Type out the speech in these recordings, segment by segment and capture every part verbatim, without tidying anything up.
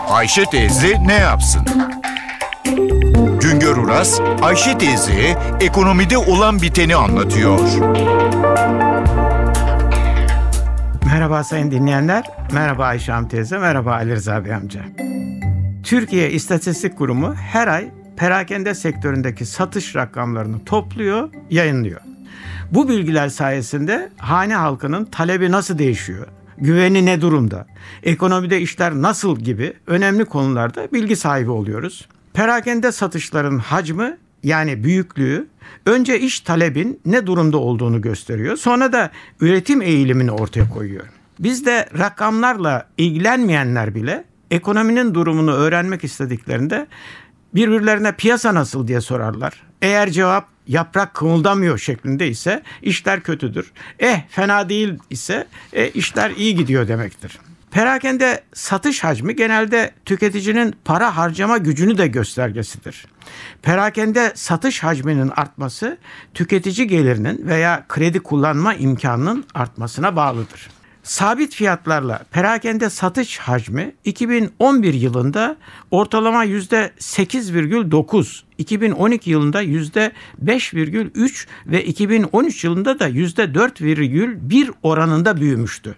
Ayşe teyze ne yapsın? Güngör Uras, Ayşe teyzeye ekonomide olan biteni anlatıyor. Merhaba sayın dinleyenler, merhaba Ayşe Hanım teyze, merhaba Ali Rıza Bey amca. Türkiye İstatistik Kurumu her ay perakende sektöründeki satış rakamlarını topluyor, yayınlıyor. Bu bilgiler sayesinde hane halkının talebi nasıl değişiyor, güveni ne durumda, ekonomide işler nasıl gibi önemli konularda bilgi sahibi oluyoruz. Perakende satışların hacmi, yani büyüklüğü, önce iş talebin ne durumda olduğunu gösteriyor. Sonra da üretim eğilimini ortaya koyuyor. Bizde rakamlarla ilgilenmeyenler bile ekonominin durumunu öğrenmek istediklerinde birbirlerine piyasa nasıl diye sorarlar. Eğer cevap yaprak kımıldamıyor şeklinde ise işler kötüdür. Eh fena değil ise e, işler iyi gidiyor demektir. Perakende satış hacmi genelde tüketicinin para harcama gücünü de göstergesidir. Perakende satış hacminin artması tüketici gelirinin veya kredi kullanma imkanının artmasına bağlıdır. Sabit fiyatlarla perakende satış hacmi iki bin on bir yılında ortalama yüzde sekiz virgül dokuz, iki bin on iki yılında yüzde beş virgül üç ve iki bin on üç yılında da yüzde dört virgül bir oranında büyümüştü.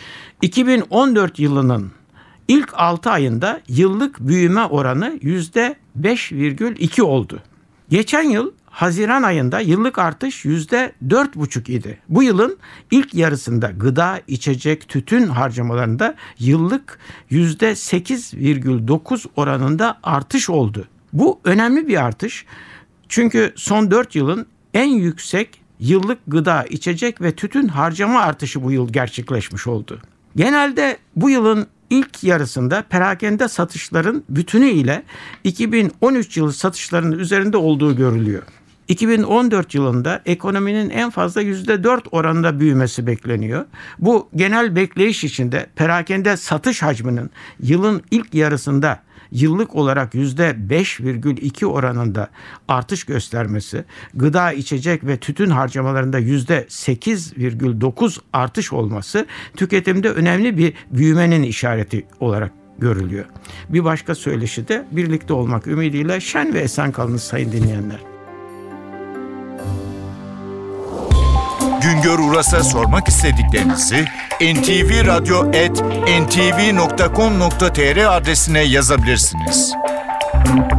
iki bin on dört yılının ilk altı ayında yıllık büyüme oranı yüzde beş virgül iki oldu. Geçen yıl Haziran ayında yıllık artış yüzde dört virgül beş idi. Bu yılın ilk yarısında gıda, içecek, tütün harcamalarında yıllık yüzde sekiz virgül dokuz oranında artış oldu. Bu önemli bir artış. Çünkü son dört yılın en yüksek yıllık gıda, içecek ve tütün harcama artışı bu yıl gerçekleşmiş oldu. Genelde bu yılın ilk yarısında perakende satışların bütünü ile iki bin on üç yılı satışlarının üzerinde olduğu görülüyor. iki bin on dört yılında ekonominin en fazla yüzde dört oranında büyümesi bekleniyor. Bu genel bekleyiş içinde perakende satış hacminin yılın ilk yarısında yıllık olarak yüzde beş virgül iki oranında artış göstermesi, gıda, içecek ve tütün harcamalarında yüzde sekiz virgül dokuz artış olması tüketimde önemli bir büyümenin işareti olarak görülüyor. Bir başka söyleşi de birlikte olmak ümidiyle şen ve esen kalınız sayın dinleyenler. Güngör Uras'a sormak istediklerinizi en ti vi radyo at en ti vi nokta com nokta tr adresine yazabilirsiniz.